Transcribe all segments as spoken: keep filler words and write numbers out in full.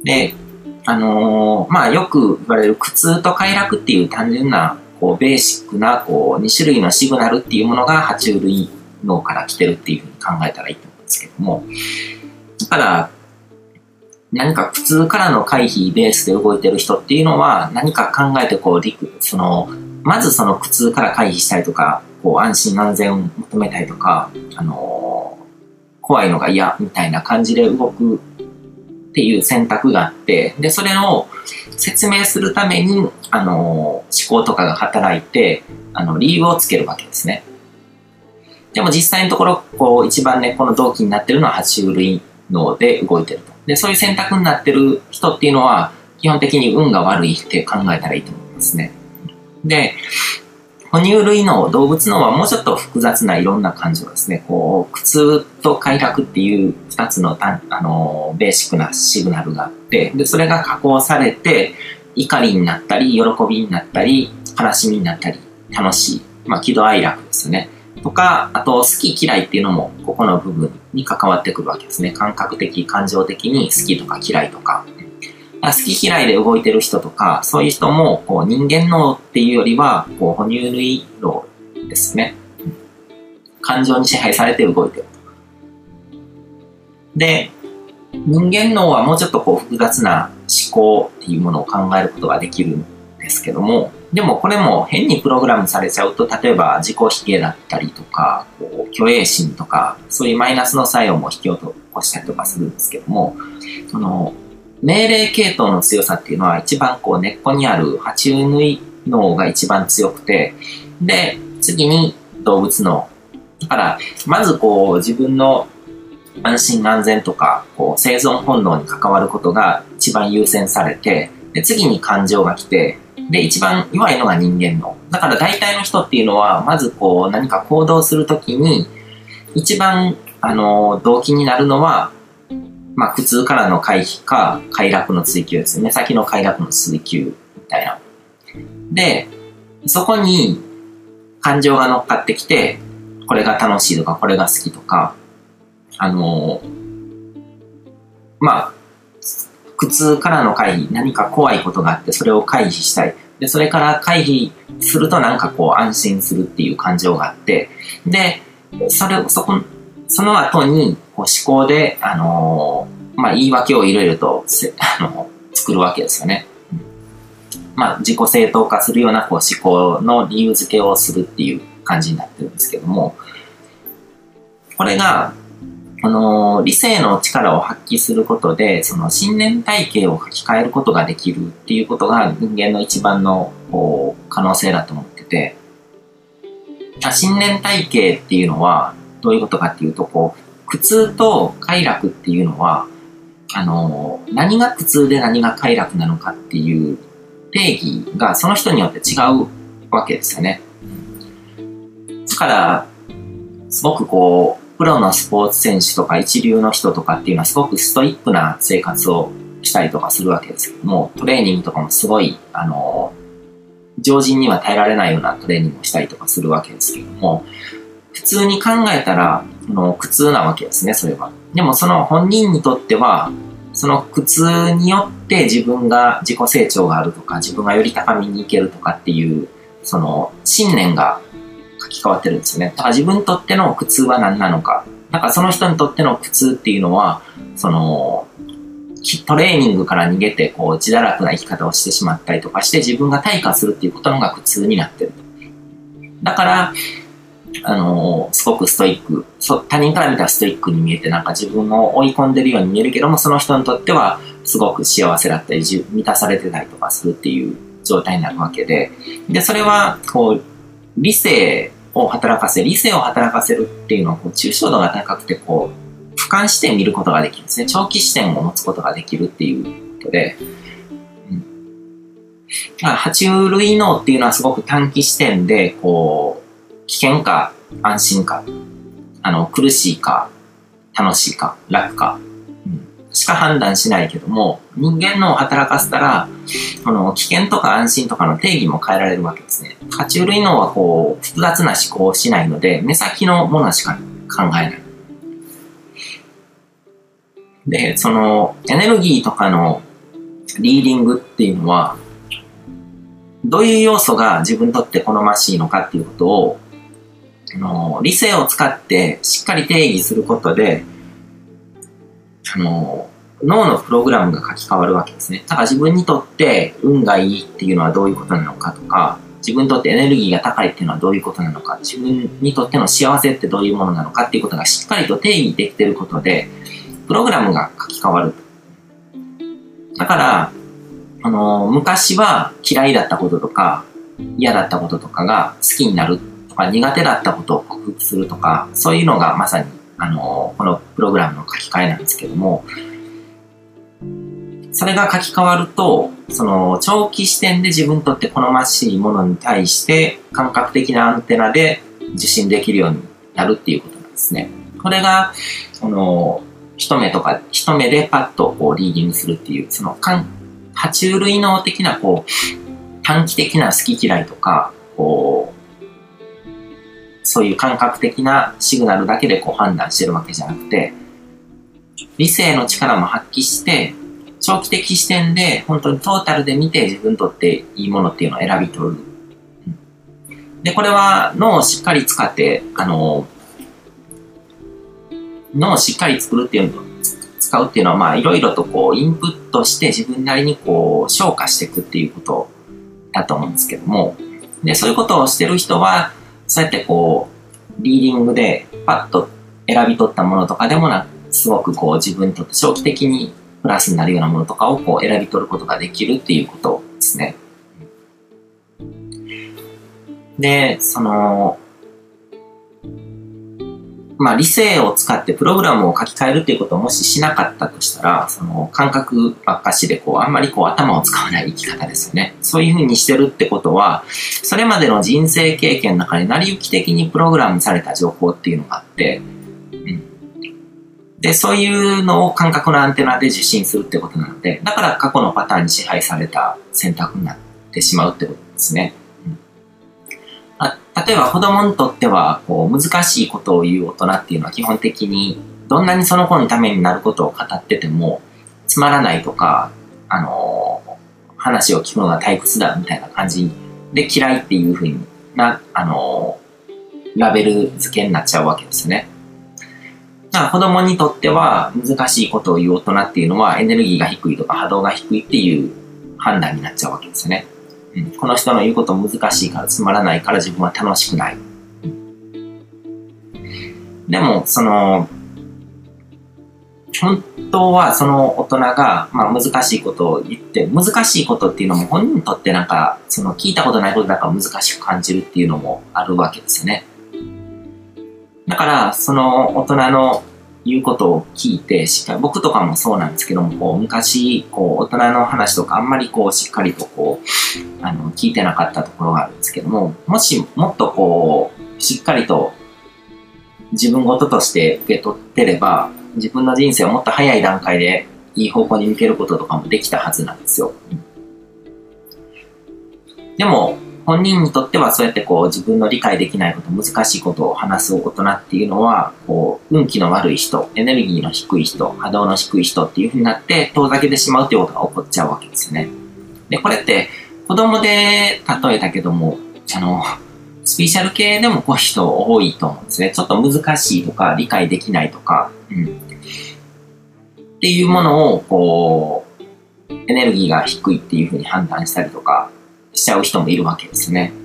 で、あのー、まあよく言われる苦痛と快楽っていう単純な、こう、ベーシックな、こう、に種類のシグナルっていうものが爬虫類脳から来てるっていうふうに考えたらいいと思うんですけども、だから、何か苦痛からの回避ベースで動いてる人っていうのは、何か考えてこう、その、まずその苦痛から回避したいとか、こう、安心安全を求めたいとか、あのー、怖いのが嫌みたいな感じで動くっていう選択があって、で、それを説明するために、あのー、思考とかが働いて、あの、理由をつけるわけですね。でも実際のところ、こう、一番ね、この動機になってるのは爬虫類脳で動いてると。で、そういう選択になってる人っていうのは、基本的に運が悪いって考えたらいいと思いますね。で、哺乳類脳、動物脳はもうちょっと複雑ないろんな感情ですね。こう、苦痛と快楽っていう二つのた、あの、ベーシックなシグナルがあって、で、それが加工されて、怒りになったり、喜びになったり、悲しみになったり、楽しい、まあ、喜怒哀楽ですね。とか、あと、好き嫌いっていうのも、ここの部分に関わってくるわけですね。感覚的、感情的に好きとか嫌いとか。好き嫌いで動いてる人とか、そういう人も、こう、人間脳っていうよりは、こう、哺乳類脳ですね。感情に支配されて動いてる。で、人間脳はもうちょっとこう、複雑な思考っていうものを考えることができるんですけども、でもこれも変にプログラムされちゃうと、例えば自己否定だったりとか、こう虚栄心とか、そういうマイナスの作用も引き起こしたりとかするんですけども、その命令系統の強さっていうのは一番こう根っこにある爬虫類脳が一番強くて、で、次に動物脳。だから、まずこう自分の安心安全とか、こう生存本能に関わることが一番優先されて、で、次に感情が来て、で、一番弱いのが人間脳。だから大体の人っていうのは、まずこう何か行動するときに、一番、あの、動機になるのは、まあ、苦痛からの回避か、快楽の追求ですね。目先の快楽の追求みたいな。で、そこに感情が乗っかってきて、これが楽しいとか、これが好きとか、あの、まあ、苦痛からの回避、何か怖いことがあって、それを回避したい。で、それから回避するとなんかこう安心するっていう感情があって、で、それ、そこ、その後にこう思考で、あのー、まあ、言い訳をいろいろとせ、あの、作るわけですよね。まあ、自己正当化するようなこう思考の理由付けをするっていう感じになってるんですけども、これが、あのー、理性の力を発揮することで、その信念体系を書き換えることができるっていうことが人間の一番のこう可能性だと思ってて、信念体系っていうのはどういうことかっていうと、こう、苦痛と快楽っていうのは、あのー、何が苦痛で何が快楽なのかっていう定義がその人によって違うわけですよね。だから、すごくこう、プロのスポーツ選手とか一流の人とかっていうのはすごくストイックな生活をしたりとかするわけですけども、トレーニングとかもすごい、あの、常人には耐えられないようなトレーニングをしたりとかするわけですけども、普通に考えたら、あの苦痛なわけですね、それは。でもその本人にとっては、その苦痛によって自分が自己成長があるとか、自分がより高みに行けるとかっていう、その信念が書き換わってるんですよね。だから自分にとっての苦痛は何なのか。だからその人にとっての苦痛っていうのは、その、トレーニングから逃げて、こう、自堕落な生き方をしてしまったりとかして、自分が退化するっていうことのが苦痛になってる。だから、あのー、すごくストイック、他人から見たらストイックに見えて、なんか自分を追い込んでるように見えるけども、その人にとってはすごく幸せだったり、満たされてたりとかするっていう状態になるわけで、で、それは、こう、理性を働かせ、理性を働かせるっていうのは、こう、抽象度が高くて、こう、俯瞰視点見ることができるんですね。長期視点を持つことができるっていうことで、うん、爬虫類脳っていうのはすごく短期視点で、こう、危険か安心か、あの、苦しいか、楽しいか、楽か、うん、しか判断しないけども、人間脳を働かせたら、この危険とか安心とかの定義も変えられるわけですね。爬虫類脳はこう、複雑な思考をしないので、目先のものしか考えない。で、そのエネルギーとかのリーディングっていうのは、どういう要素が自分にとって好ましいのかっていうことを、あの、理性を使ってしっかり定義することで、あの、脳のプログラムが書き換わるわけですね。だから自分にとって運がいいっていうのはどういうことなのかとか、自分にとってエネルギーが高いっていうのはどういうことなのか、自分にとっての幸せってどういうものなのかっていうことがしっかりと定義できていることで、プログラムが書き換わる。だから、あの、昔は嫌いだったこととか、嫌だったこととかが好きになるとか、苦手だったことを克服するとか、そういうのがまさに、あの、このプログラムの書き換えなんですけども、それが書き換わると、その長期視点で自分にとって好ましいものに対して感覚的なアンテナで受信できるようになるっていうことなんですね。これが、その、一目とか、一目でパッとこうリーディングするっていう、その、爬虫類脳的なこう、短期的な好き嫌いとか、こう、そういう感覚的なシグナルだけでこう判断してるわけじゃなくて、理性の力も発揮して、長期的視点で本当にトータルで見て自分にとっていいものっていうのを選び取る。で、これは脳をしっかり使って、あの、脳をしっかり作るっていうのを使うっていうのは、まあいろいろとこうインプットして自分なりにこう消化していくっていうことだと思うんですけども、で、そういうことをしてる人は、そうやってこう、リーディングでパッと選び取ったものとかでもなく、すごくこう自分にとって長期的にプラスになるようなものとかをこう選び取ることができるっていうことですね。で、その、まあ理性を使ってプログラムを書き換えるっていうことをもししなかったとしたら、その感覚ばっかしでこうあんまりこう頭を使わない生き方ですよね。そういうふうにしてるってことは、それまでの人生経験の中に成り行き的にプログラムされた情報っていうのがあって、で、そういうのを感覚のアンテナで受信するってことなので、だから過去のパターンに支配された選択になってしまうってことですね。うん、あ例えば子供にとってはこう難しいことを言う大人っていうのは基本的にどんなにその子のためになることを語っててもつまらないとか、あのー、話を聞くのが退屈だみたいな感じで嫌いっていうふうな、あのー、ラベル付けになっちゃうわけですね。だから子供にとっては難しいことを言う大人っていうのはエネルギーが低いとか波動が低いっていう判断になっちゃうわけですよね。うん、この人の言うこと難しいからつまらないから自分は楽しくない。うん、でも、その、本当はその大人が、まあ、難しいことを言って、難しいことっていうのも本人にとってなんか、その聞いたことないことだから難しく感じるっていうのもあるわけですよね。だから、その大人の言うことを聞いて、しっかり、僕とかもそうなんですけども、こう昔、こう、大人の話とかあんまりこう、しっかりとこう、あの、聞いてなかったところがあるんですけども、もしもっとこう、しっかりと自分事として受け取ってれば、自分の人生をもっと早い段階でいい方向に向けることとかもできたはずなんですよ。でも、本人にとってはそうやってこう自分の理解できないこと、難しいことを話す大人っていうのは、こう、運気の悪い人、エネルギーの低い人、波動の低い人っていう風になって遠ざけてしまうっていうことが起こっちゃうわけですね。で、これって子供で例えたけども、あの、スピーシャル系でもこういう人多いと思うんですね。ちょっと難しいとか理解できないとか、うん。っていうものをこう、エネルギーが低いっていう風に判断したりとか、しちゃう人もいるわけですね。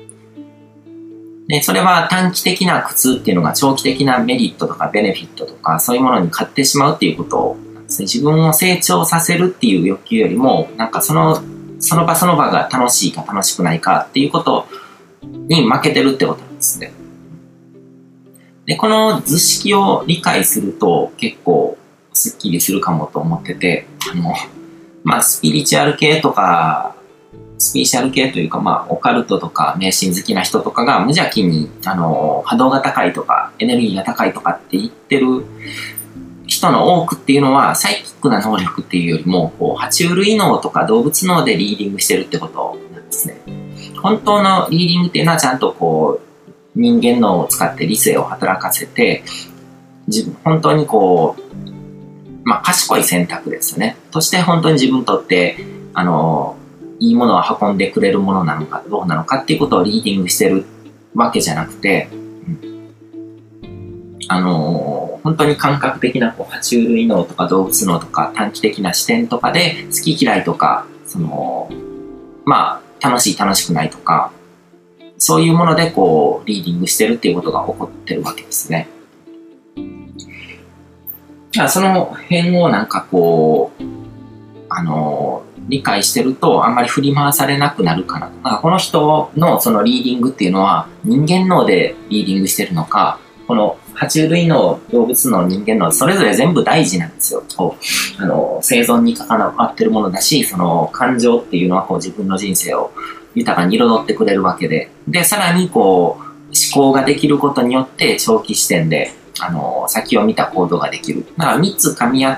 で、それは短期的な苦痛っていうのが長期的なメリットとかベネフィットとかそういうものに勝ってしまうっていうことなんですね。自分を成長させるっていう欲求よりも、なんかその、その場その場が楽しいか楽しくないかっていうことに負けてるってことなんですね。で、この図式を理解すると結構スッキリするかもと思ってて、あの、まあ、スピリチュアル系とか、スピーシャル系というか、まあ、オカルトとか迷信好きな人とかが無邪気に、あの、波動が高いとか、エネルギーが高いとかって言ってる人の多くっていうのは、サイキックな能力っていうよりも、こう、爬虫類脳とか動物脳でリーディングしてるってことなんですね。本当のリーディングっていうのはちゃんとこう、人間脳を使って理性を働かせて、自分、本当にこう、 まあ、賢い選択ですね。そして本当に自分にとって、あの、いいものを運んでくれるものなのかどうなのかっていうことをリーディングしてるわけじゃなくて、うん、あの、本当に感覚的なこう爬虫類脳とか動物脳とか短期的な視点とかで好き嫌いとか、その、まあ、楽しい楽しくないとか、そういうものでこう、リーディングしてるっていうことが起こってるわけですね。その辺をなんかこう、あの、理解してるとあんまり振り回されなくなるかな。なんかこの人のそのリーディングっていうのは人間脳でリーディングしてるのか、この爬虫類脳、動物脳、人間脳、それぞれ全部大事なんですよ。こうあの生存に関わってるものだし、その感情っていうのはこう自分の人生を豊かに彩ってくれるわけで、で、さらにこう思考ができることによって長期視点であの先を見た行動ができる。だからみっつ噛み合って、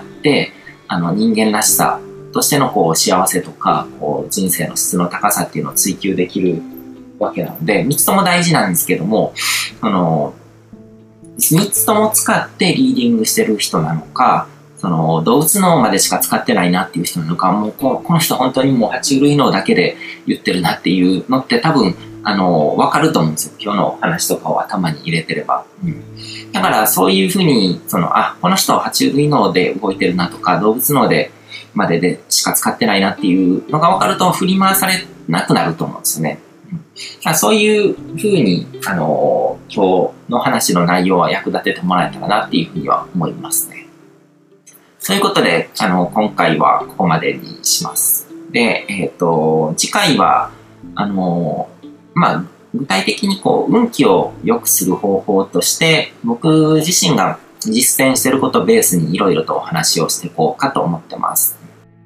あの人間らしさとしてのこう幸せとかこう人生の質の高さっていうのを追求できるわけなので、みっつとも大事なんですけども、あのみっつとも使ってリーディングしてる人なのか、その動物脳までしか使ってないなっていう人なのか、もう こ, この人本当にもう爬虫類脳だけで言ってるなっていうのって多分あの分かると思うんですよ。今日の話とかを頭に入れてれば、うん、だからそういうふうにそのあこの人は爬虫類脳で動いてるなとか動物脳でまででしか使ってないなっていうのが分かると振り回されなくなると思うんですよね。うん、そういうふうにあの今日の話の内容は役立ててもらえたらなっていうふうには思いますね。そういうことであの今回はここまでにします。で、えっと次回はあのまあ具体的にこう運気を良くする方法として僕自身が実践していることをベースにいろいろとお話をしていこうかと思ってます。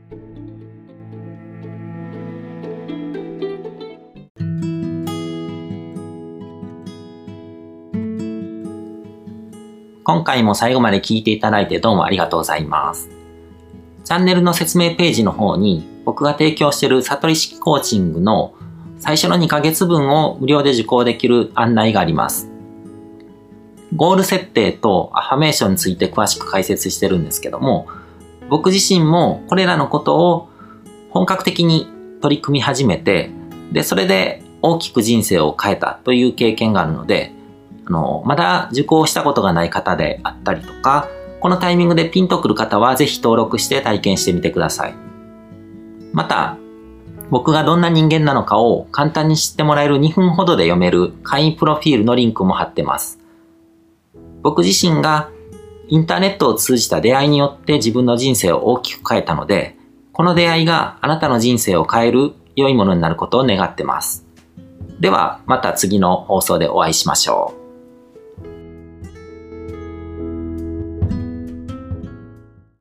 今回も最後まで聞いていただいてどうもありがとうございます。チャンネルの説明ページの方に僕が提供している悟り式コーチングの最初のにかげつぶんを無料で受講できる案内があります。ゴール設定とアファメーションについて詳しく解説してるんですけども、僕自身もこれらのことを本格的に取り組み始めて、で、それで大きく人生を変えたという経験があるので、あの、まだ受講したことがない方であったりとか、このタイミングでピンとくる方はぜひ登録して体験してみてください。また、僕がどんな人間なのかを簡単に知ってもらえるにふんほどで読める会員プロフィールのリンクも貼ってます。僕自身がインターネットを通じた出会いによって自分の人生を大きく変えたので、この出会いがあなたの人生を変える良いものになることを願ってます。ではまた次の放送でお会いしましょう。